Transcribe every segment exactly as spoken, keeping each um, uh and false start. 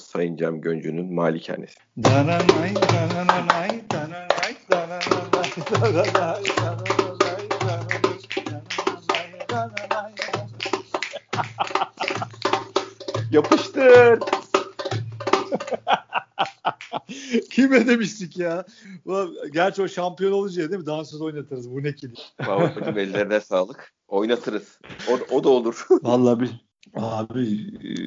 Sayın Cem Göncü'nün malikanesi. Dananay, dananay, dananay, dananay, dananay, dananay. Yapıştır. Kime demiştik ya? Ulan, gerçi o şampiyon olunca değil mi? Dansöz oynatırız. Bu ne ki? Babacığım ellerine sağlık. Oynatırız. O, o da olur. Vallahi bir abi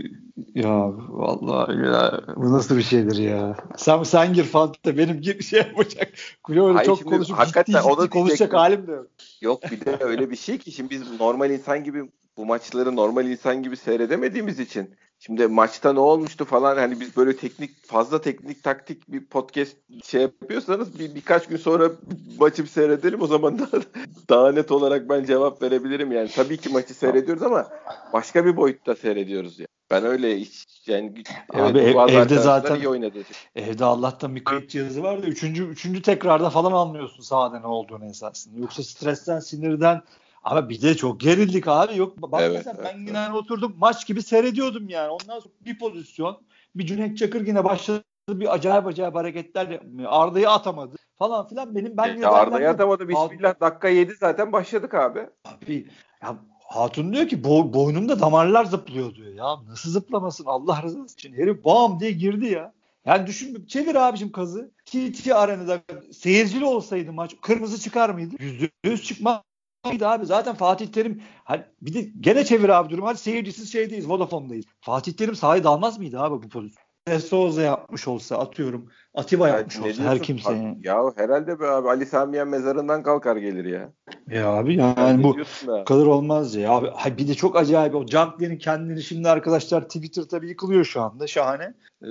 ya vallahi ya bu nasıl bir şeydir ya? Sen sen gir Fanta benim gir şey yapacak. Kulübe öyle çok konuşup ciddi ciddi konuşacak halim de yok. Yok bir de öyle bir şey ki şimdi biz normal insan gibi bu maçları normal insan gibi seyredemediğimiz için şimdi maçta ne olmuştu falan hani biz böyle teknik fazla teknik taktik bir podcast şey yapıyorsanız bir birkaç gün sonra maçı bir seyredelim o zaman daha, daha net olarak ben cevap verebilirim yani. Tabii ki maçı seyrediyoruz ama başka bir boyutta seyrediyoruz yani. Ben öyle hiç yani abi evet, ev, evde zaten iyi oynadı. Evde Allah'tan bir kayıt cihazı var da üçüncü, üçüncü tekrarda falan anlıyorsun sahada ne olduğunu esasında. Yoksa stresten, sinirden ama bir de çok gerildik abi. Yok bak evet, mesela evet, ben yine evet. oturdum maç gibi seyrediyordum yani. Ondan sonra bir pozisyon, bir Cüneyt Çakır yine başladı bir acayip acayip hareketler yapmıyor. Arda'yı atamadı falan filan. Benim ben ya Arda'yı atamadı. Bismillah dakika yedi zaten başladık abi. Abi ya Hatun diyor ki bo- boynumda damarlar zıplıyor diyor. Ya nasıl zıplamasın Allah rızası için. Herif bam diye girdi ya. Yani düşün çevir abicim kazı. T T Arena'da seyircili olsaydı maç kırmızı çıkar mıydı? Yüzde yüz çıkmazdı abi. Zaten Fatih Terim hani bir de gene çevir abi durum. Hadi seyircisiz şeydeyiz. Vodafone'dayız. Fatih Terim sahayı dalmaz mıydı abi bu pozisyon? Souza yapmış olsa atıyorum. Atiba ya yapmış olsa her kimse. Yani. Ya herhalde be abi Ali Samiyen mezarından kalkar gelir ya. Ya abi yani, yani bu kadar olmaz ya. Abi bir de çok acayip o Junkler'in kendini şimdi arkadaşlar Twitter tabii yıkılıyor şu anda. Şahane. Ee,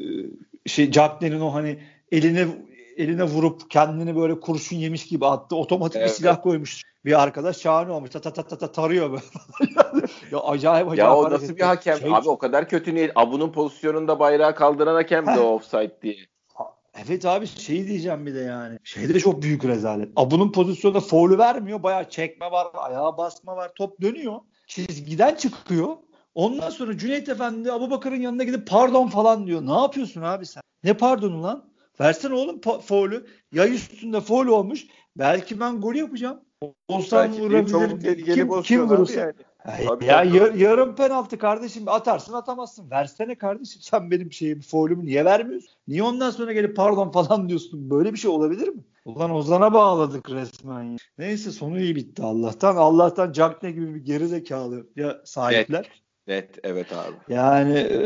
şey Junkler'in o hani eline eline vurup kendini böyle kurşun yemiş gibi attı. Otomatik evet. bir silah koymuş bir arkadaş. Şahane olmuş. Ta ta ta ta, ta tarıyor böyle. ya acayip acayip. Ya o nasıl bir hakem? Şey, abi o kadar kötü niyet. Abu'nun pozisyonunda bayrağı kaldıran hakem de offside diye. Evet abi şey diyeceğim bir de yani. Şeyde çok büyük rezalet. Abu'nun pozisyonda faulü vermiyor. Bayağı çekme var, ayağa basma var. Top dönüyor. Çizgiden çıkıyor. Ondan sonra Cüneyt Efendi Abubakar'ın yanına gidip pardon falan diyor. Ne yapıyorsun abi sen? Ne pardonu lan? Versene oğlum pa- faulü. Yay üstünde faul olmuş. Belki ben gol yapacağım. Olsam vurabilirim. Kim, kim vurursa. Yani. Tabii, ya tabii. Yar, yarım penaltı kardeşim atarsın atamazsın. Versene kardeşim sen benim şeyimi faulümü niye vermiyorsun? Niye ondan sonra gelip pardon falan diyorsun? Böyle bir şey olabilir mi? Ulan Ozan'a bağladık resmen. Ya. Neyse sonu iyi bitti Allah'tan. Allah'tan Cagne gibi bir geri zekalı ya sahipler. Net, net evet abi. Yani e,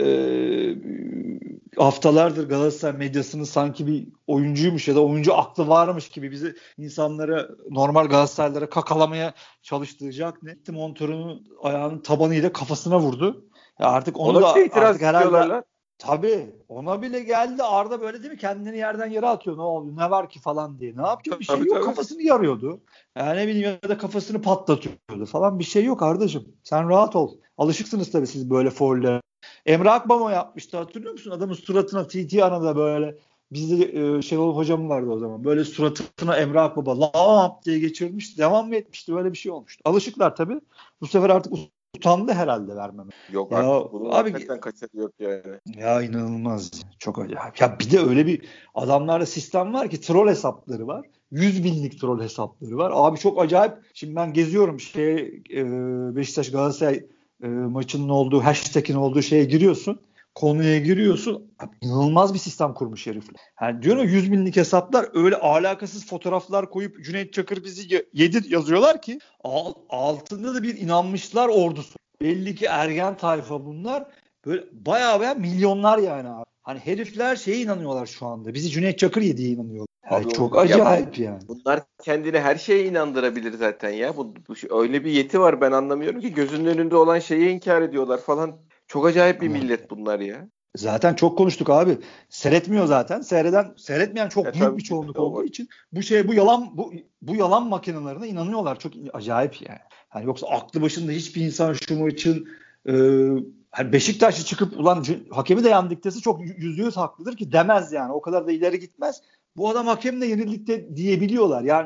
haftalardır Galatasaray medyasının sanki bir oyuncuymuş ya da oyuncu aklı varmış gibi bizi insanlara normal Galatasaraylılara kakalamaya çalıştığı Cagne montörünü ayağının tabanıyla kafasına vurdu. Ya artık onu ona da itiraz artık herhalde lan. Tabii ona bile geldi. Arda böyle değil mi? Kendini yerden yere atıyor. Ne oldu? Ne var ki falan diye. Ne yapıyor? Bir şey tabii, yok. Tabii. Kafasını yarıyordu. Yani ne bileyim ya da kafasını patlatıyordu falan. Bir şey yok Ardacığım. Sen rahat ol. Alışıksınız tabii siz böyle faullere. Emre Akbaba yapmıştı. Hatırlıyor musun? Adamın suratına T T Ana'da böyle bizde e, Şenol hocam vardı o zaman. Böyle suratına Emre Akbaba lap diye geçirmişti. Devam mı etmişti? Böyle bir şey olmuştu. Alışıklar tabii. Bu sefer artık utandı herhalde vermeme. Yok ya, artık bunun abi, hakikaten kaçarı yok yani. Ya inanılmaz. Çok acayip. Ya bir de öyle bir adamlarda sistem var ki troll hesapları var. yüz binlik troll hesapları var. Abi çok acayip. Şimdi ben geziyorum şey e, Beşiktaş Galatasaray e, maçının olduğu hashtag'in olduğu şeye giriyorsun. Konuya giriyorsun. Abi, inanılmaz bir sistem kurmuş herifler. Yani diyorum ya yüz binlik hesaplar öyle alakasız fotoğraflar koyup Cüneyt Çakır bizi yedi yazıyorlar ki altında da bir inanmışlar ordusu. Belli ki ergen tayfa bunlar. Böyle bayağı bayağı milyonlar yani abi. Hani herifler şeye inanıyorlar şu anda. Bizi Cüneyt Çakır yediği inanıyorlar. Yani abi çok acayip yani. Bunlar kendini her şeye inandırabilir zaten ya. Bu, bu öyle bir yeti var ben anlamıyorum ki gözünün önünde olan şeyi inkar ediyorlar falan. Çok acayip bir millet bunlar ya. Zaten çok konuştuk abi. Seyretmiyor zaten. Seyreden, seyretmeyen çok e, büyük bir çoğunluk olduğu için bu şey bu yalan bu bu yalan makinelerine inanıyorlar. Çok acayip yani. Hani yoksa aklı başında hiçbir insan şu maçın e, hani Beşiktaş'ı çıkıp ulan hakemi de yendik dese çok yüzde yüz haklıdır ki demez yani. O kadar da ileri gitmez. Bu adam hakemle yenildik de diyebiliyorlar. Yani çok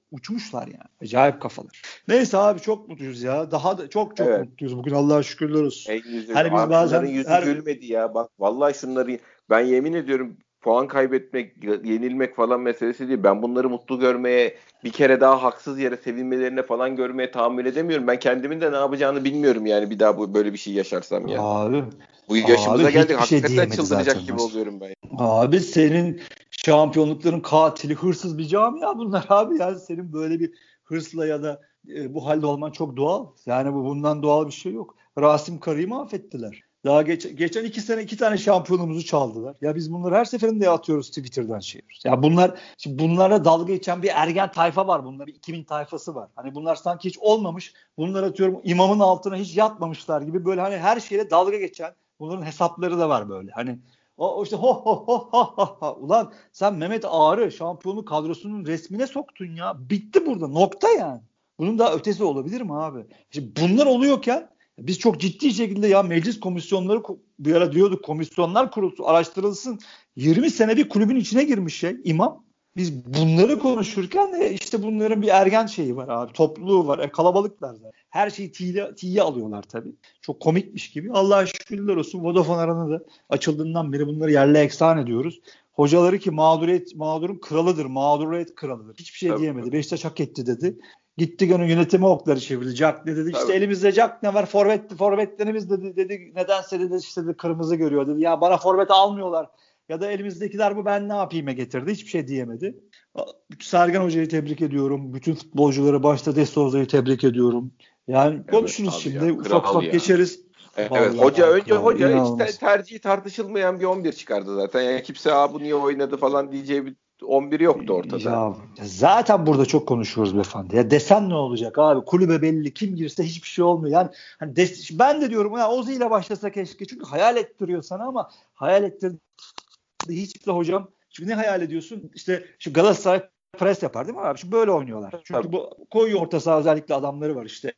uçmuşlar yani. Acayip kafalar. Neyse abi çok mutluyuz ya. Daha da çok çok Evet. mutluyuz. Bugün Allah'a şükürler olsun. En yüzü, Hani biz şunların bazen yüzü her gülmedi ya. Bak vallahi şunları ben yemin ediyorum puan kaybetmek, yenilmek falan meselesi değil. Ben bunları mutlu görmeye, bir kere daha haksız yere sevinmelerine falan görmeye tahammül edemiyorum. Ben kendimin de ne yapacağını bilmiyorum yani bir daha bu böyle bir şey yaşarsam ya. abi Bu abi yaşımıza geldik. hiçbir şey Hakikaten diyemedi zaten çıldıracak gibi maç. oluyorum ben. Abi senin şampiyonlukların katili, hırsız bir camia bunlar abi. Yani senin böyle bir hırsla ya da e, bu halde olman çok doğal. Yani bu bundan doğal bir şey yok. Rasim Karı'yı mahvettiler. Daha geç, geçen iki sene iki tane şampiyonumuzu çaldılar. Ya biz bunları her seferinde atıyoruz Twitter'dan şey. Ya bunlar şimdi bunlara dalga geçen bir ergen tayfa var. Bunların iki bin tayfası var. Hani bunlar sanki hiç olmamış. Bunlar atıyorum imamın altına hiç yatmamışlar gibi böyle hani her şeyle dalga geçen bunların hesapları da var böyle. Hani o, o işte ho ho ho ho ho ho. Ulan sen Mehmet Ağar'ı şampiyonluk kadrosunun resmine soktun ya. Bitti burada. Nokta yani. Bunun daha ötesi olabilir mi abi? Şimdi bunlar oluyorken biz çok ciddi şekilde ya meclis komisyonları bir ara diyorduk komisyonlar kurulsun, araştırılsın. yirmi sene bir kulübün içine girmiş şey imam. Biz bunları konuşurken de işte bunların bir ergen şeyi var abi. Topluluğu var. E, kalabalıklar zaten. Her şeyi tiye, tiye alıyorlar tabii. Çok komikmiş gibi. Allah'a şükürler olsun. Vodafone Aran'ı da açıldığından beri bunları yerle eksan ediyoruz. Hocaları ki mağduriyet, mağdurun kralıdır. Mağduriyet kralıdır. Hiçbir şey Tabii, diyemedi. tabii. Beşiktaş hak etti dedi. Gitti gönül yönetimi okları çevirdi. Jack ne dedi? Tabii. İşte elimizde Jack ne var? Forvet, forvetlerimiz dedi. Dedi nedense dedi işte dedi, kırmızı görüyor dedi. Ya bana forvet almıyorlar. Ya da elimizdekiler bu ben ne yapayım'a getirdi. Hiçbir şey diyemedi. Sergen Hoca'yı tebrik ediyorum. Bütün futbolcuları başta De Souza'yı tebrik ediyorum. Yani Evet konuşuruz abi şimdi. ya, Ufak kral ufak ya. geçeriz. Evet Vallahi hoca kanka önce ya, hoca hiç te- inanılmaz. tercihi tartışılmayan bir on bir çıkardı zaten. Yani kimse Aa, bu niye oynadı falan diyeceği bir on bir yoktu ortada. Ya zaten burada çok konuşuyoruz beyefendi. Ya desen ne olacak abi? Kulübe belli. Kim girse hiçbir şey olmuyor. Yani hani des- ben de diyorum ya Ozi ile başlasa keşke. Çünkü hayal ettiriyor sana ama hayal ettirdi hiç de hocam. Çünkü ne hayal ediyorsun? İşte şu Galatasaray pres yapar değil mi abi? Şimdi böyle oynuyorlar. Çünkü Tabii. bu koyuyor orta saha özellikle adamları var işte.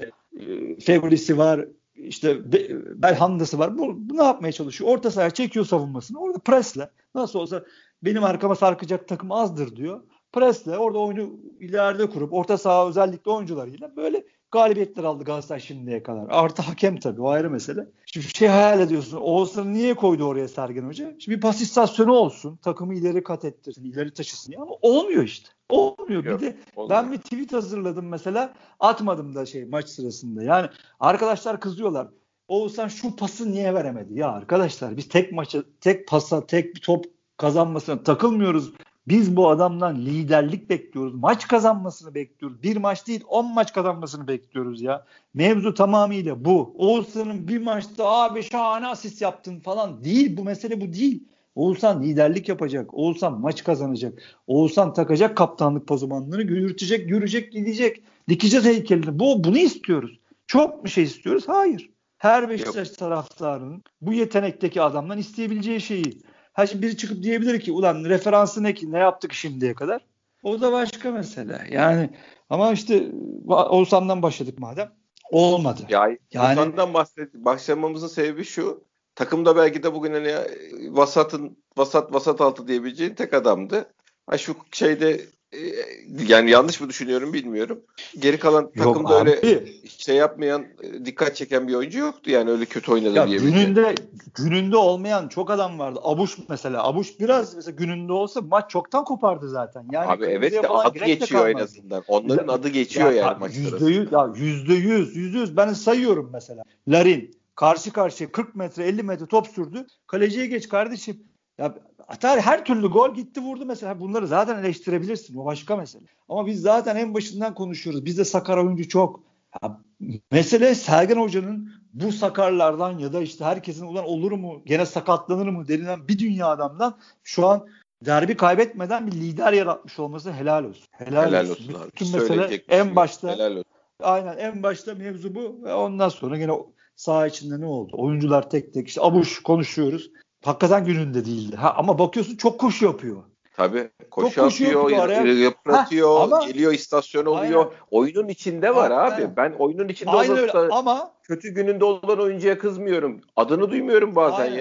E, Fabrisi var. İşte Be- Belhanda'sı var. Bu, bu ne yapmaya çalışıyor? Orta sahaya çekiyor savunmasını. Orada presle. Nasıl olsa benim arkama sarkacak takım azdır diyor. Presle orada oyunu ileride kurup orta saha özellikle oyuncularıyla böyle galibiyetler aldı Galatasaray şimdiye kadar. Artı hakem tabii o ayrı mesele. Şimdi bir şey hayal ediyorsun. Oğuzhan'ı niye koydu oraya Sergen Hoca? Şimdi bir pas istasyonu olsun. Takımı ileri kat ettirsin. İleri taşısın. Ama olmuyor işte. Olmuyor. Yok, bir de olmuyor. ben bir tweet hazırladım mesela. Atmadım da şey maç sırasında. Yani arkadaşlar kızıyorlar. Oğuzhan şu pası niye veremedi? Ya arkadaşlar biz tek maça, tek pasa, tek bir top kazanmasına takılmıyoruz. Biz bu adamdan liderlik bekliyoruz. Maç kazanmasını bekliyoruz. Bir maç değil on maç kazanmasını bekliyoruz ya. Mevzu tamamıyla bu. Oğuzhan'ın bir maçta abi şahane asist yaptın falan değil. Bu mesele bu değil. Oğuzhan liderlik yapacak. Oğuzhan maç kazanacak. Oğuzhan takacak kaptanlık pazumanlarını yürütecek, yürüyecek, gidecek. Dikeceğiz heykelini. Bu, bunu istiyoruz. Çok bir şey istiyoruz? Hayır. Her Beşiktaş Yok. taraftarının bu yetenekteki adamdan isteyebileceği şeyi. Ha şimdi biri çıkıp diyebilir ki ulan referansı ne ki ne yaptık şimdiye kadar? O da başka mesele. Yani ama işte Oğuzhan'dan başladık madem. Olmadı. Ya Yani Oğuzhan'dan bahset, başlamamızın sebebi şu. Takımda belki de bugün hani vasatın vasat vasat altı diyebileceğin tek adamdı. Ha şu şeyde e, yani yanlış mı düşünüyorum bilmiyorum. Geri kalan yok takımda abi. öyle şey yapmayan, e, dikkat çeken bir oyuncu yoktu yani öyle kötü oynadı Ya diyebileceğin. gününde gününde olmayan çok adam vardı. Abuş mesela. Abuş biraz mesela gününde olsa maç çoktan kopardı zaten. Yani Abi evet kırmızıya de falan adı gerek de geçiyor en kalmazdı. azından. Onların adı geçiyor Ya yani maç yüzde sırasında. yüz ya yüzde yüz yüzde yüz ben sayıyorum mesela. Larin karşı karşıya kırk metre elli metre top sürdü. Kaleciye geç kardeşim. Ya atar her türlü gol gitti vurdu mesela. Bunları zaten eleştirebilirsin. O başka mesele. Ama biz zaten en başından konuşuyoruz. Bizde sakar oyuncu çok. Ya, mesele Sergen Hoca'nın bu sakarlardan ya da işte herkesin ulan olur mu gene sakatlanır mı denilen bir dünya adamdan şu an derbi kaybetmeden bir lider yaratmış olması helal olsun. Helal, Helal olsun. olsun abi. Hiç Bütün mesele söyleyecek bir şey en yok. başta Helal olsun. aynen en başta mevzu bu ve ondan sonra gene saha içinde ne oldu? Oyuncular tek tek işte abuş konuşuyoruz. Hakikaten gününde değildi. Ha, ama bakıyorsun çok koşu yapıyor. Tabii Çok koşu koşu atıyor, yapıyor araya. Ha, yıpratıyor, ama geliyor istasyon aynen oluyor. Oyunun içinde var abi. aynen Ben oyunun içinde aynen olup öyle da ama kötü gününde olan oyuncuya kızmıyorum. Adını duymuyorum bazen aynen ya.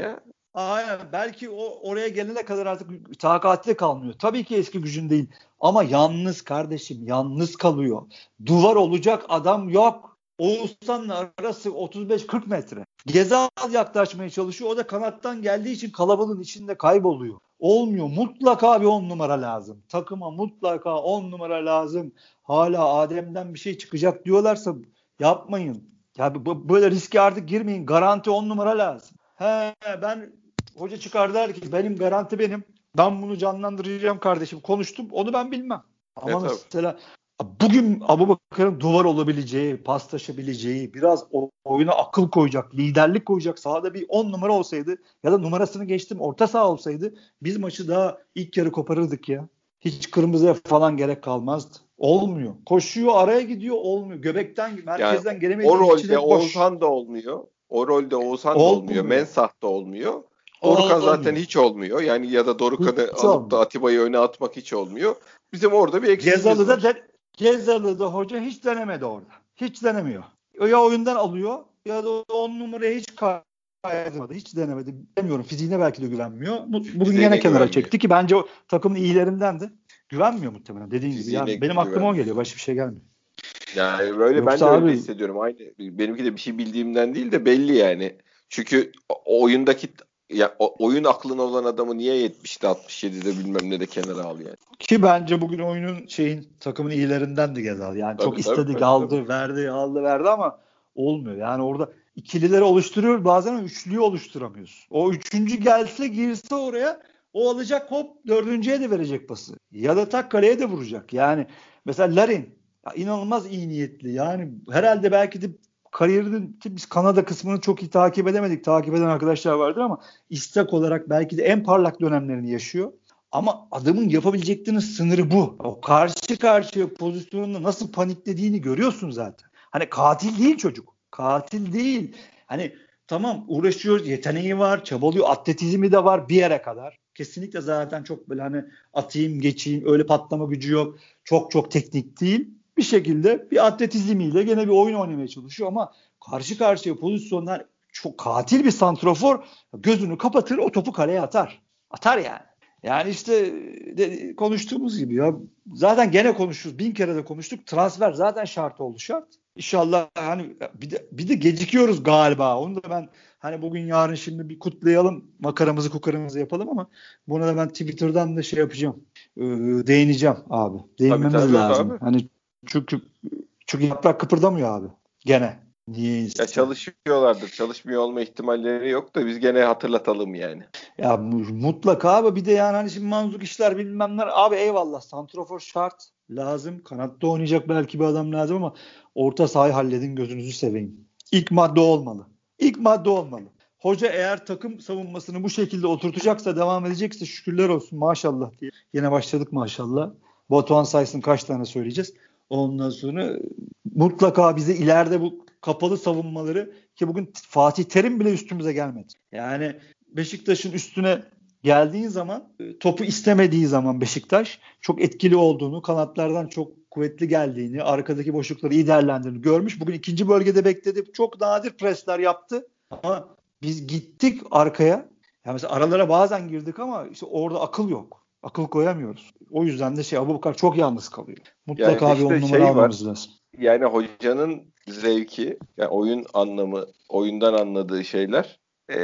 Aynen. Belki o oraya gelene kadar artık takati de kalmıyor. Tabii ki eski gücün değil. Ama yalnız kardeşim. Yalnız kalıyor. Duvar olacak adam yok. Oğuzhan'la arası otuz beş kırk metre. Gezal yaklaşmaya çalışıyor. O da kanattan geldiği için kalabalığın içinde kayboluyor. Olmuyor. Mutlaka bir on numara lazım. Takıma mutlaka on numara lazım. Hala Adem'den bir şey çıkacak diyorlarsa yapmayın. Ya bu- böyle riske artık girmeyin. Garanti on numara lazım. He, ben hoca çıkar der ki benim garanti benim. Ben bunu canlandıracağım kardeşim. Konuştum. Onu ben bilmem. Ama Evet abi. mesela bugün Abubakar'ın duvar olabileceği, paslaşabileceği, biraz o- oyuna akıl koyacak, liderlik koyacak sahada bir on numara olsaydı ya da numarasını geçtim orta saha olsaydı biz maçı daha ilk yarı koparırdık ya. Hiç kırmızıya falan gerek kalmazdı. Olmuyor. Koşuyor, araya gidiyor, olmuyor. Göbekten, Yani merkezden o gelemediği rolde içine boş. Oğuzhan da olmuyor. O rolde Oğuzhan da olmuyor. Olmuyor. Mensah da olmuyor. Dorukhan zaten Olmuyor. hiç olmuyor. Yani ya da Dorukhan'ı Hiç alıp da olmuyor. Atiba'yı öne atmak hiç olmuyor. Bizim orada bir eksiğimiz Gezalı'da var. de, Gezalı'da hoca hiç denemedi orada. Hiç denemiyor. Ya oyundan alıyor ya da on numaraya hiç kaydırmadı. Hiç denemedi. Bilmiyorum. Fiziğine belki de güvenmiyor. Bugün Fiziğine yine kenara güvenmiyor. çekti ki bence o takımın iyilerindendi. Güvenmiyor muhtemelen dediğin gibi. Fiziğine Yani benim aklıma o güvenmiyor. geliyor. Başka bir şey gelmiyor. Yani böyle ben Yoksa de öyle abi hissediyorum. Aynı benimki de bir şey bildiğimden değil de belli yani. Çünkü o oyundaki ya o oyun aklına olan adamı niye yetmişte altmış yedide bilmem ne de kenara al yani. ki bence bugün oyunun şeyin takımın iyilerindendi Gezal. Yani Tabii çok tabii istedik tabii tabii. aldı verdi aldı verdi ama olmuyor. Yani orada ikilileri oluşturuyor bazen ama üçlüyü oluşturamıyorsun. O üçüncü gelse girse oraya o alacak hop dördüncüye de verecek pası. Ya da tak kaleye de vuracak. Yani mesela Larin ya inanılmaz iyi niyetli. Yani herhalde belki de kariyerinin biz Kanada kısmını çok iyi takip edemedik. Takip eden arkadaşlar vardır ama istek olarak belki de en parlak dönemlerini yaşıyor. Ama adamın yapabileceklerinin sınırı bu. O karşı karşıya pozisyonunda nasıl paniklediğini görüyorsun zaten. Hani katil değil çocuk. Katil değil. Hani tamam uğraşıyor, yeteneği var, çabalıyor, atletizmi de var bir yere kadar. Kesinlikle zaten çok böyle hani atayım geçeyim öyle patlama gücü yok. Çok çok teknik değil. Bir şekilde bir atletizmiyle gene bir oyun oynamaya çalışıyor ama karşı karşıya pozisyonlar çok katil bir santrofor gözünü kapatır o topu kaleye atar. Atar yani. Yani işte de, konuştuğumuz gibi ya zaten gene konuşuruz. Bin kere de konuştuk. Transfer zaten şart oldu şart. İnşallah hani bir de, bir de gecikiyoruz galiba. Onu da ben hani bugün yarın şimdi bir kutlayalım. Makaramızı kukaramızı yapalım ama buna da ben Twitter'dan da şey yapacağım. Ee, değineceğim abi. Tabii Değinmemiz tabii lazım. abi. Hani çünkü çünkü yaprak kıpırdamıyor abi. Gene. Ya Niyeyse. çalışıyorlardır. Çalışmıyor olma ihtimalleri yok da biz gene hatırlatalım yani. Ya mutlaka abi bir de yani hani şimdi manzuk işler bilmemler abi eyvallah santrofor şart lazım kanatta oynayacak belki bir adam lazım ama orta sahayı halledin gözünüzü seveyim. İlk madde olmalı. İlk madde olmalı. Hoca eğer takım savunmasını bu şekilde oturtacaksa devam edecekse şükürler olsun maşallah diye. Yine başladık maşallah. Batuhan Saysın kaç tane söyleyeceğiz. Ondan sonra mutlaka bize ileride bu kapalı savunmaları ki bugün Fatih Terim bile üstümüze gelmedi. Yani Beşiktaş'ın üstüne geldiği zaman topu istemediği zaman Beşiktaş çok etkili olduğunu, kanatlardan çok kuvvetli geldiğini, arkadaki boşlukları iyi değerlendirdiğini görmüş. Bugün ikinci bölgede bekledi. Çok nadir presler yaptı. Ama biz gittik arkaya. Yani mesela aralara bazen girdik ama işte orada akıl yok. Akıl koyamıyoruz. O yüzden de şey Abubakar çok yalnız kalıyor. Yani Mutlaka bir on işte numara şey var. almamız lazım. Yani hocanın zevki, yani oyun anlamı, oyundan anladığı şeyler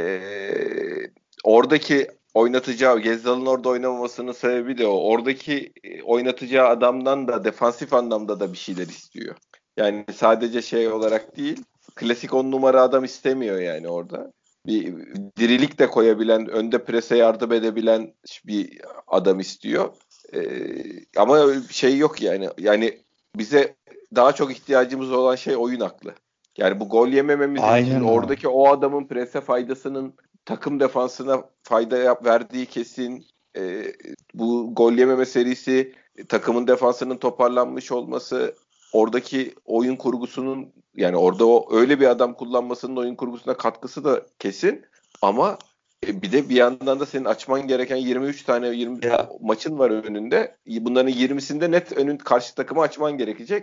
ee, oradaki oynatacağı, Gezzal'ın orada oynamamasının sebebi de o. Oradaki e, oynatacağı adamdan da defansif anlamda da bir şeyler istiyor. Yani sadece şey olarak değil, klasik on numara adam istemiyor yani orada. Bir dirilik de koyabilen, önde prese yardım edebilen bir adam istiyor. Ee, ama öyle bir şey yok yani. Yani bize daha çok ihtiyacımız olan şey oyun aklı. Yani bu gol yemememiz için Aynen öyle. oradaki o adamın prese faydasının takım defansına fayda yap, verdiği kesin. E, bu gol yememe serisi e, takımın defansının toparlanmış olması, oradaki oyun kurgusunun yani orada o öyle bir adam kullanmasının oyun kurgusuna katkısı da kesin. Ama e, bir de bir yandan da senin açman gereken yirmi üç tane yirmi Ya, maçın var önünde. Bunların yirmisinde net önün karşı takımı açman gerekecek.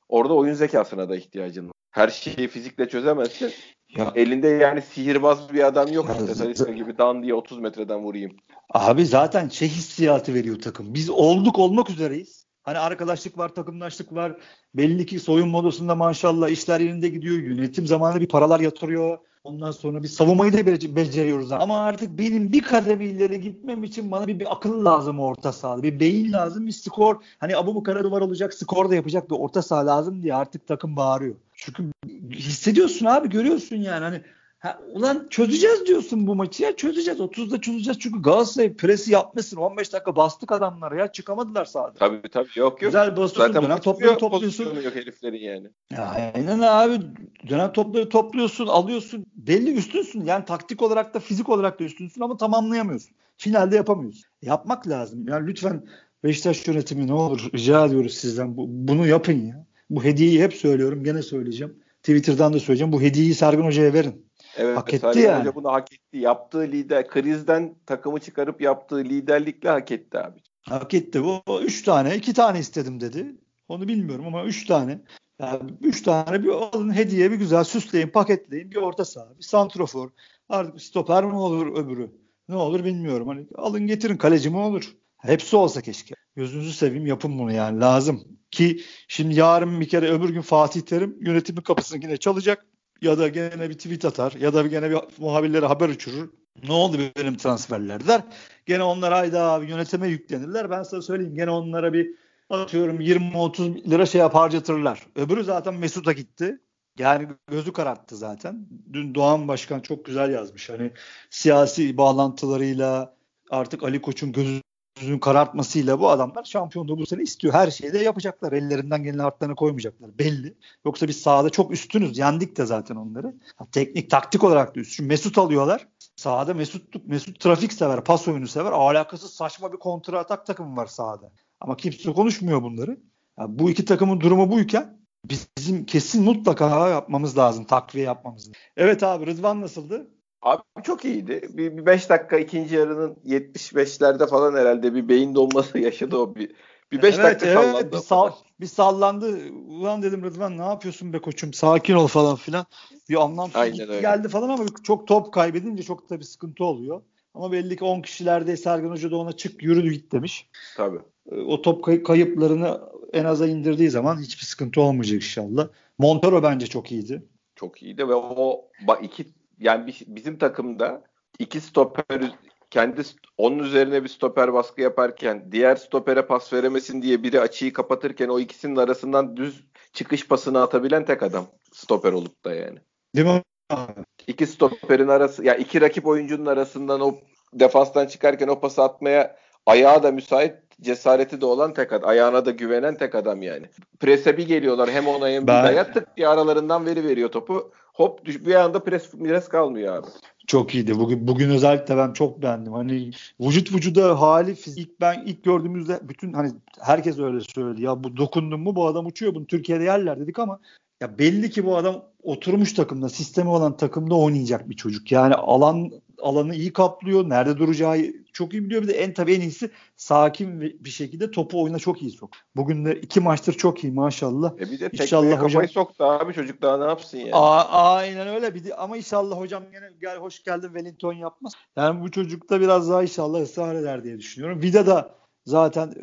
Orada oyun zekasına da ihtiyacın var. Her şeyi fizikle çözemezsin. Ya, Elinde yani sihirbaz bir adam yok ya, işte. z- Talisca z- gibi dan diye otuz metreden vurayım. abi zaten şey hissiyatı veriyor takım. Biz olduk olmak üzereyiz. Hani arkadaşlık var, takımlaştık var. Belli ki soyun modusunda maşallah işler yerinde gidiyor. Yönetim zamanında bir paralar yatırıyor. Ondan sonra bir savunmayı da bece- beceriyoruz. Ama artık benim bir kademe ileri gitmem için bana bir, bir akıl lazım orta sahada. Bir beyin lazım, bir skor. Hani Abubakar duvar olacak, skor da yapacak bir orta saha lazım diye artık takım bağırıyor. Çünkü hissediyorsun abi, görüyorsun yani. Hani ha, ulan çözeceğiz diyorsun bu maçı ya, çözeceğiz. otuzda çözeceğiz çünkü Galatasaray presi yapmışsın. on beş dakika bastık adamlara ya, çıkamadılar sahada. Tabii tabii yok yok. Güzel basıyorsun, Zaten dönem topları pozisyonu, topluyorsun. pozisyonu yok heriflerin yani. Ya aynen abi, dönem topları topluyorsun, alıyorsun. Belli üstünsün. Yani taktik olarak da fizik olarak da üstünsün ama tamamlayamıyorsun. Finalde yapamıyorsun. Yapmak lazım. Yani lütfen Beşiktaş yönetimi ne olur rica ediyoruz sizden. Bu, bunu yapın ya. Bu hediyeyi hep söylüyorum. Gene söyleyeceğim. Twitter'dan da söyleyeceğim. Bu hediyeyi Sergen Hoca'ya verin. Evet, Hak etti Sergen yani. Hoca bunu hak etti. Yaptığı lider, krizden takımı çıkarıp yaptığı liderlikle hak etti abi. Hak etti. Bu o üç tane, iki tane istedim dedi. Onu bilmiyorum ama üç tane. Yani üç tane bir alın hediye, bir güzel süsleyin, paketleyin. Bir orta saha, bir santrofor. Artık bir stoper mi olur öbürü? Ne olur bilmiyorum. Hani alın getirin, kaleci mi olur? Hepsi olsa keşke. Gözünüzü seveyim, yapın bunu yani, lazım. Ki şimdi yarın bir kere öbür gün Fatih Terim yönetimin kapısını yine çalacak. Ya da gene bir tweet atar. Ya da gene bir muhabirlere haber uçurur. Ne oldu benim transferler der. Gene onlar hayda abi yönetime yüklenirler. Ben sana söyleyeyim, gene onlara bir atıyorum yirmi otuz lira şey yap harcatırlar. Öbürü zaten Mesut'a gitti. Yani gözü kararttı zaten. Dün Doğan Başkan çok güzel yazmış. Hani siyasi bağlantılarıyla artık Ali Koç'un gözünün karartmasıyla bu adamlar şampiyonluğu bu sene istiyor. Her şeyi de yapacaklar. Ellerinden gelen artlarını koymayacaklar. Belli. Yoksa biz sahada çok üstünüz. Yendik de zaten onları. Teknik, taktik olarak da üstün. Mesut alıyorlar. Sahada Mesut, Mesut trafik sever, pas oyunu sever. Alakasız saçma bir kontra atak takımı var sahada. Ama kimse konuşmuyor bunları. Yani bu iki takımın durumu buyken bizim kesin mutlaka yapmamız lazım. Takviye yapmamız lazım. Evet abi, Rıdvan nasıldı? Abi çok iyiydi. Bir beş dakika ikinci yarının yetmiş beşlerde falan herhalde bir beyin donması yaşadı o. Bir bir beş Evet dakika evet sallandı bir, o sal, kadar. bir sallandı. Ulan dedim Rıdvan ne yapıyorsun be koçum, sakin ol falan filan. Bir anlamsız Aynen gitti öyle. geldi falan ama çok top kaybedince çok tabii sıkıntı oluyor. Ama belli ki on kişilerde Sergen Hoca da ona çık yürü git demiş. Tabii. O top kay- kayıplarını en aza indirdiği zaman hiçbir sıkıntı olmayacak inşallah. Montero bence çok iyiydi. Çok iyiydi ve o ba- iki yani bir- bizim takımda iki stoper kendi st- onun üzerine bir stoper baskı yaparken diğer stopere pas veremesin diye biri açıyı kapatırken o ikisinin arasından düz çıkış pasını atabilen tek adam stoper olup da yani. Değil mi? İki stoperin arası ya iki rakip oyuncunun arasından o defanstan çıkarken o pası atmaya ayağı da müsait, cesareti de olan tek adam. Ayağına da güvenen tek adam yani. Prese bir geliyorlar hem ona hem bir Ben daya tık diye aralarından veri veriyor topu. Hop düş, bir anda pres, pres kalmıyor abi. çok iyiydi. Bugün bugün özellikle ben çok beğendim. Hani vücut vücuda hali, fizik, ben ilk gördüğümüzde bütün hani herkes öyle söyledi. Ya bu dokundun mu bu adam uçuyor, bunu Türkiye'de yerler dedik ama ya belli ki bu adam oturmuş takımda, sistemi olan takımda oynayacak bir çocuk. Yani alan alanı iyi kaplıyor. Nerede duracağı çok iyi biliyor. Bir de en tabii en iyisi sakin bir şekilde topu oyuna çok iyi sok. Bugün de iki maçtır çok iyi maşallah. E bir de tekmeye İnşallah kafayı hocam. soktu abi çocuk daha ne yapsın yani. A- aynen öyle. Bir de, ama inşallah hocam gene gel hoş geldin Wellington yapmaz. Yani bu çocukta biraz daha inşallah ısrar eder diye düşünüyorum. Vida da zaten e,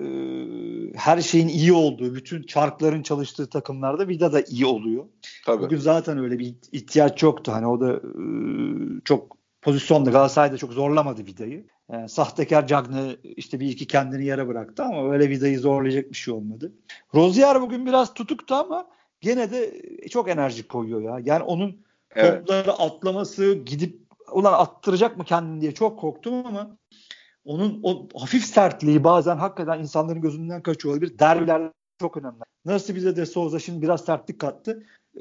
her şeyin iyi olduğu, bütün çarkların çalıştığı takımlarda Vida da iyi oluyor. Tabii. Bugün zaten öyle bir ihtiyaç yoktu. Hani o da e, çok pozisyonda Galatasaray'da çok zorlamadı Vida'yı. Yani sahtekar Cagney işte bir iki kendini yere bıraktı ama öyle Vida'yı zorlayacak bir şey olmadı. Rozier bugün biraz tutuktu ama gene de çok enerji koyuyor ya. Yani onun Evet. topları atlaması, gidip ulan attıracak mı kendini diye çok korktum ama onun o hafif sertliği bazen hakikaten insanların gözünden kaçıyor olabilir. Derbiler çok önemli. Nasıl bize de Souza şimdi biraz sertlik kattı.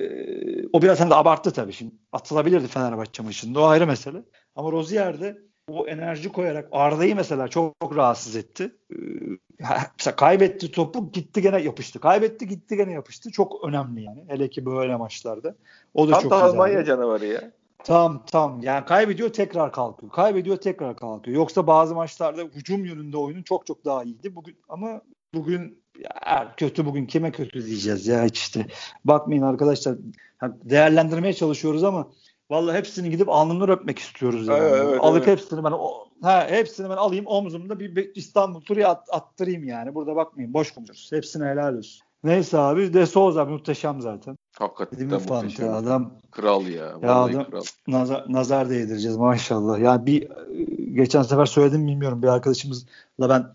Ee, o biraz hem de abarttı tabii şimdi. Atılabilirdi Fenerbahçe maçında. O ayrı mesele. Ama Rozier'de o enerji koyarak Arda'yı mesela çok, çok rahatsız etti. Ee, mesela kaybetti topu, gitti gene yapıştı. Kaybetti gitti gene yapıştı. Çok önemli yani. Hele ki böyle maçlarda. O da Tam çok da güzeldi. Almanya canavarı ya. Tam tam yani kaybediyor tekrar kalkıyor. Kaybediyor tekrar kalkıyor. Yoksa bazı maçlarda hücum yönünde oyunun çok çok daha iyiydi. Bugün ama bugün ya kötü bugün kime kötü diyeceğiz ya işte. Bakmayın arkadaşlar değerlendirmeye çalışıyoruz ama vallahi hepsini gidip alnından öpmek istiyoruz yani. Evet, evet, Alıp evet. hepsini ben o, ha, hepsini ben alayım omzumda bir İstanbul turu at, attırayım yani. Burada bakmayın boş konuşuyoruz. Hepsine helal olsun. Neyse abi De Souza muhteşem zaten. Hakikaten Değil mi muhteşem. Adam kral ya. ya Vallahi adam kral. nazar, nazar değdireceğiz maşallah. Ya bir geçen sefer söyledim bilmiyorum bir arkadaşımızla ben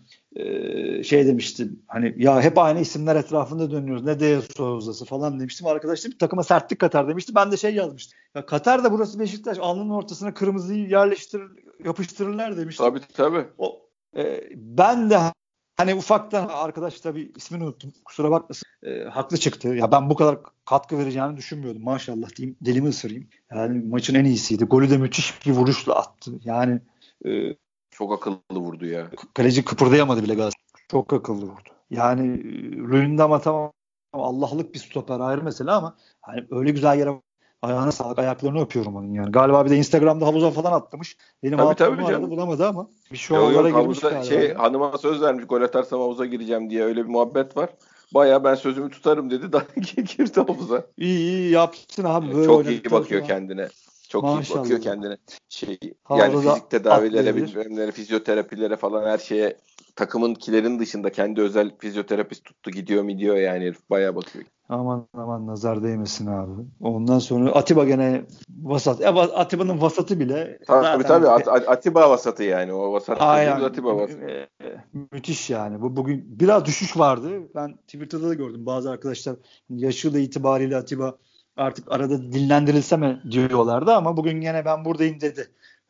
e, şey demiştim. Hani ya hep aynı isimler etrafında dönüyoruz. Ne De Souza'sı falan demiştim. Arkadaş demiş takıma sertlik katar demişti. Ben de şey yazmıştım. Ya Katar da burası Beşiktaş. Alnının ortasına kırmızıyı yerleştirir yapıştırırlar demiştim. Tabii tabii. O e, ben de hani ufaktan arkadaş tabii ismini unuttum. Kusura bakmasın. E, haklı çıktı. Ya ben bu kadar katkı vereceğini düşünmüyordum. Maşallah diyeyim. Dilimi ısırayım. Yani maçın en iyisiydi. Golü de müthiş bir vuruşla attı. Yani e, çok akıllı vurdu ya. Kaleci kıpırdayamadı bile Galatasaray. Çok akıllı vurdu. Yani Luyendama tamam Allah'lık bir stoper ayrı mesele ama hani öyle güzel yere ayağına sağlık ayaklarını öpüyorum onun yani. Galiba bir de Instagram'da havuza falan atlamış. Benim tabii, hatunu tabii aradı canım. bulamadı ama bir Yok şovlara yok girmiş havuzda galiba. şey Ya. hanıma söz vermiş gol atarsam havuza gireceğim diye öyle bir muhabbet var. Baya ben sözümü tutarım dedi. Daha girdi havuza. İyi iyi yapsın abi. Böyle çok iyi bakıyor sonra. kendine. Çok Maşallah. iyi bakıyor kendine. Şey Havada yani fizik tedavilere, atlayabilir. bilmemlere, fizyoterapilere falan her şeye takımınkilerin dışında kendi özel fizyoterapist tuttu gidiyor mi diyor yani herif bayağı bakıyor. Aman aman nazar değmesin abi. Ondan sonra Atiba gene vasat. E, Atiba'nın vasatı bile Tabii zaten tabii At- At- Atiba vasatı yani o vasat aynen dediğimiz Atiba vasatı. e, e, müthiş yani. Bu bugün biraz düşüş vardı. Ben Twitter'da da gördüm bazı arkadaşlar yaşı da itibariyle Atiba artık arada dinlendirilse mi diyorlardı ama bugün gene ben buradayım dedi.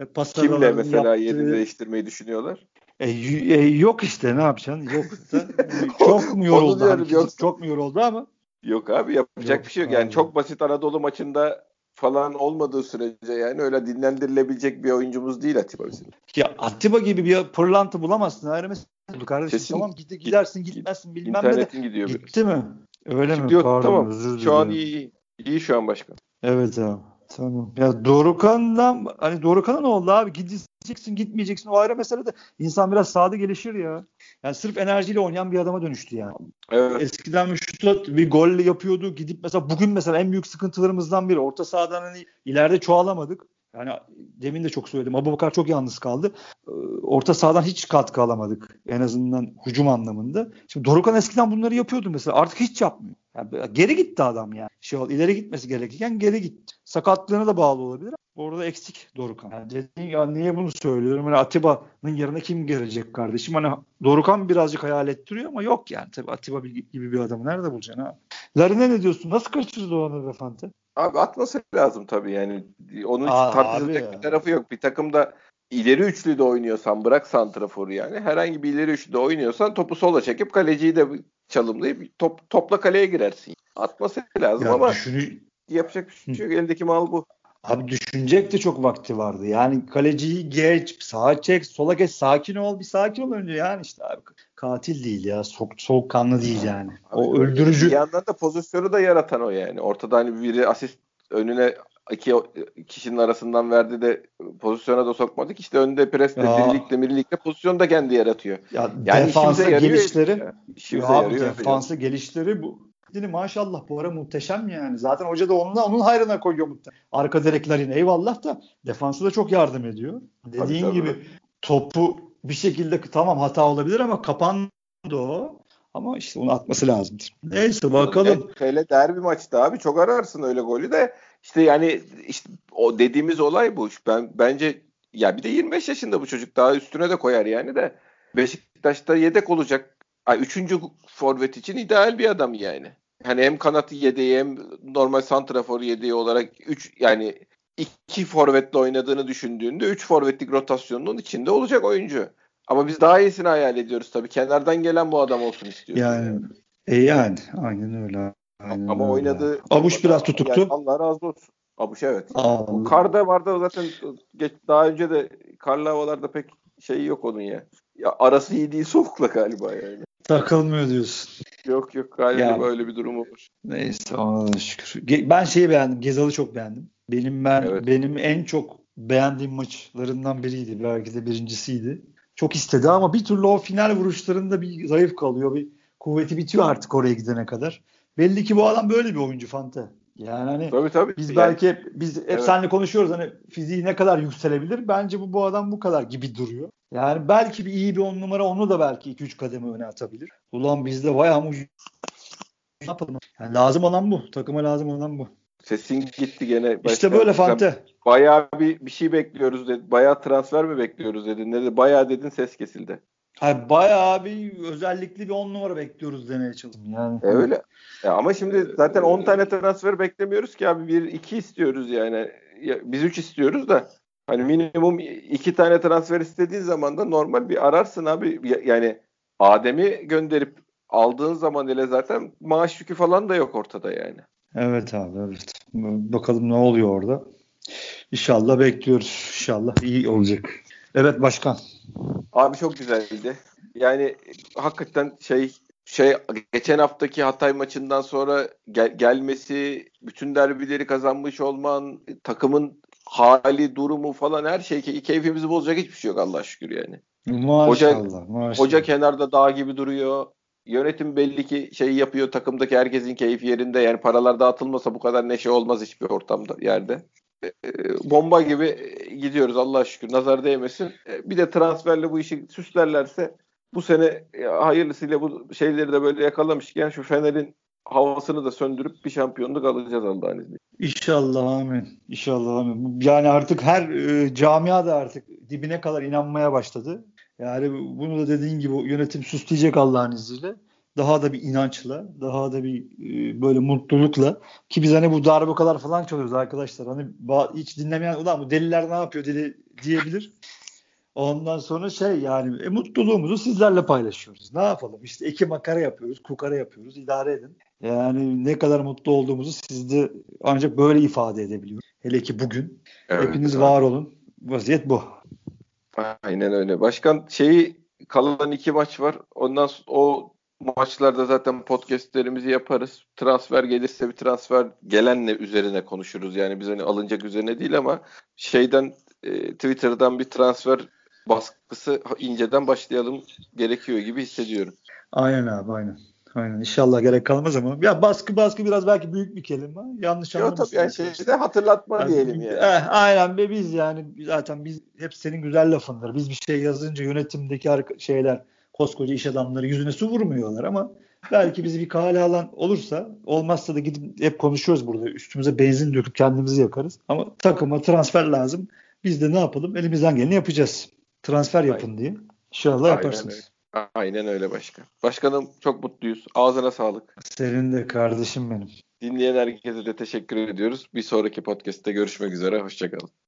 Kimle mesela yaptığı... yerini değiştirmeyi düşünüyorlar? E, e, yok işte ne yapacaksın? Yok da çok mu yoruldu? Hani, yoksa... çok mu yoruldu ama Yok abi yapacak yok bir şey yok. abi. Yani çok basit Anadolu maçında falan olmadığı sürece yani öyle dinlendirilebilecek bir oyuncumuz değil Atiba bizim. Ya Atiba gibi bir pırlantı bulamazsın. Ayrı mesele kardeşim. Kesin. Tamam gid- gidersin Git, gitmezsin git, bilmem ne de. İnternetin gidiyor Gitti biraz. mi? Öyle mi? Gidiyor, Pardon tamam. özür dilerim. Şu an iyi iyi. İyi şu an başkan. Evet abi. Tamam. Ya Dorukhan'dan hani Dorukhan'a ne oldu abi? Gideceksin gitmeyeceksin o ayrı mesele de insan biraz sade gelişir ya. Yani sırf enerjiyle oynayan bir adama dönüştü yani. Evet. Eskiden bir şut bir gol yapıyordu. Gidip mesela bugün mesela en büyük sıkıntılarımızdan biri. Orta sahadan hani ileride çoğalamadık. Yani demin de çok söyledim. Abubakar çok yalnız kaldı. Orta sahadan hiç katkı alamadık. En azından hücum anlamında. Şimdi Dorukhan eskiden bunları yapıyordu mesela. Artık hiç yapmıyor. Yani geri gitti adam yani. Şey ol, ileri gitmesi gerekirken geri gitti. Sakatlığına da bağlı olabilir. Orada eksik Dorukhan. Yani dediğin ya niye bunu söylüyorum? Hani Atiba'nın yerine kim gelecek kardeşim? Hani Dorukhan birazcık hayal ettiriyor ama yok yani. Tabii Atiba gibi bir adamı nerede bulacaksın abi? Larine ne diyorsun? Nasıl kaçırdı o onu be Fante? Abi atması lazım tabii yani. Onun hiç Aa, tartışılacak bir tarafı yok. Bir takımda ileri üçlü de oynuyorsan bırak santraforu yani. Herhangi bir ileri üçlü de oynuyorsan topu sola çekip kaleciyi de çalımlayıp top, topla kaleye girersin. Atması lazım ya ama düşünü... yapacak bir şey yok. Eldeki mal bu. Abi düşünecek de çok vakti vardı. Yani kaleciyi geç, sağa çek, sola geç, sakin ol, bir sakin ol önce yani işte abi. Katil değil ya, soğuk, soğukkanlı değil yani. Abi O öldürücü. Bir yandan da pozisyonu da yaratan o yani. Ortada hani biri asist önüne iki kişinin arasından verdi de pozisyona da sokmadık. İşte önde presle, birlikte, birlikte pozisyon da kendi yaratıyor. Ya yani defansa gelişleri, ya. İşimize ya abi yarıyor. defansa gelişleri bu. Maşallah bu ara muhteşem yani. Zaten hoca da onun, onun hayrına koyuyor muhtemelen. Arka direklerin eyvallah da defansa da çok yardım ediyor. Dediğin tabii, tabii. gibi topu bir şekilde tamam hata olabilir ama kapandı o. Ama işte onu atması lazımdır. Neyse bakalım. Hele derbi maçta abi çok ararsın öyle golü de. İşte yani işte o dediğimiz olay bu. Ben bence ya bir de yirmi beş yaşında bu çocuk daha üstüne de koyar yani de. Beşiktaş'ta yedek olacak. Ay, üçüncü forvet için ideal bir adam yani. Hani hem kanat yedeği hem normal santrafor yedeği olarak üç yani iki forvetle oynadığını düşündüğünde üç forvetlik rotasyonunun içinde olacak oyuncu. Ama biz daha iyisini hayal ediyoruz tabii. Kenardan gelen bu adam olsun istiyoruz. Yani, yani. E yani aynen öyle. Aynen ama öyle. oynadığı Abuş biraz tutuktu. Yani Allah razı olsun. Abuş evet. Allah. Bu karda vardı zaten geç, daha önce de karlı havalarda pek şeyi yok onun ya. Ya arası iyi değil soğukla galiba yani. Takılmıyor diyorsun. Yok yok galiba ya, öyle bir durum olur. Neyse ona da şükür. Ben şeyi beğendim. Gezal'ı çok beğendim. Benim ben evet. benim en çok beğendiğim maçlarından biriydi. Belki de birincisiydi. Çok istedi ama bir türlü o final vuruşlarında bir zayıf kalıyor. Bir kuvveti bitiyor artık oraya gidene kadar. Belli ki bu adam böyle bir oyuncu Fante. Yani hani Tabii tabii. biz Yani, belki hep, biz hep evet. seninle konuşuyoruz hani fiziği ne kadar yükselebilir. Bence bu bu adam bu kadar gibi duruyor. Yani belki bir iyi bir on numara onu da belki iki üç kademe öne atabilir. Ulan bizde bayağı mucize ne yapalım? Yani lazım olan bu. Takıma lazım olan bu. Sesin gitti gene. Başkan. İşte böyle Fante. Bayağı bir, bir şey bekliyoruz dedi. Bayağı transfer mi bekliyoruz dedin. Ne de bayağı dedin, ses kesildi. Hayır, bayağı bir özellikli bir on numara bekliyoruz demeye çalıştım. Yani. E öyle. Ya ama şimdi zaten on tane transfer beklemiyoruz ki abi. Bir iki istiyoruz yani. Ya, biz üç istiyoruz da hani minimum iki tane transfer istediğin zaman da normal bir ararsın abi. Yani Adem'i gönderip aldığın zaman ile zaten maaş yükü falan da yok ortada yani. Evet abi, evet. Bakalım ne oluyor orada. İnşallah bekliyoruz. İnşallah iyi olacak. Evet başkan. Abi çok güzeldi. Yani hakikaten şey şey geçen haftaki Hatay maçından sonra gel- gelmesi, bütün derbileri kazanmış olman, takımın hali, durumu falan her şey key- keyfimizi bozacak hiçbir şey yok Allah'a şükür yani. Hoca Maşallah, maşallah. hoca kenarda dağ gibi duruyor. Yönetim belli ki şey yapıyor, takımdaki herkesin keyfi yerinde. Yani paralar dağıtılmasa bu kadar neşe olmaz hiçbir ortamda, yerde. Bomba gibi gidiyoruz Allah'a şükür. Nazar değmesin. Bir de transferle bu işi süslerlerse bu sene hayırlısıyla bu şeyleri de böyle yakalamışken şu Fener'in havasını da söndürüp bir şampiyonluk alacağız Allah'ın izniyle. İnşallah amin. İnşallah amin. Yani artık her e, camia da artık dibine kadar inanmaya başladı. Yani bunu da dediğin gibi yönetim süsleyecek Allah'ın izniyle. Daha da bir inançla, daha da bir e, böyle mutlulukla ki biz hani bu darbukalar falan çalıyoruz arkadaşlar. Hani ba- hiç dinlemeyen ulan bu deliler ne yapıyor deli diyebilir. Ondan sonra şey yani e, mutluluğumuzu sizlerle paylaşıyoruz. Ne yapalım? İşte iki makara yapıyoruz, kukara yapıyoruz. İdare edin. Yani ne kadar mutlu olduğumuzu siz de ancak böyle ifade edebiliyoruz. Hele ki bugün. Evet, Hepiniz abi. var olun. Vaziyet bu. Aynen öyle. Başkan şeyi kalan iki maç var. Ondan sonra o maçlarda zaten podcastlerimizi yaparız. Transfer gelirse bir transfer gelenle üzerine konuşuruz. Yani biz hani alınacak üzerine değil ama şeyden e, Twitter'dan bir transfer baskısı inceden başlayalım gerekiyor gibi hissediyorum. Aynen abi aynen. Aynen. İnşallah gerek kalmaz ama. Ya baskı baskı biraz belki büyük bir kelime. Yanlış Yok tabii anlamasınlar. yani şeyde hatırlatma Yani, diyelim yani. eh, aynen be biz yani zaten biz hep senin güzel lafındır. Biz bir şey yazınca yönetimdeki arka- şeyler koskoca iş adamları yüzüne su vurmuyorlar ama belki bizi bir kale alan olursa olmazsa da gidip hep konuşuyoruz burada. Üstümüze benzin döküp kendimizi yakarız. Ama takıma transfer lazım. Biz de ne yapalım? Elimizden geleni yapacağız. Transfer yapın Aynen. diye. İnşallah Aynen öyle. yaparsınız. Aynen öyle başkan. Başkanım çok mutluyuz. Ağzına sağlık. Senin de kardeşim benim. Dinleyen herkese de teşekkür ediyoruz. Bir sonraki podcast'te görüşmek üzere. Hoşçakalın.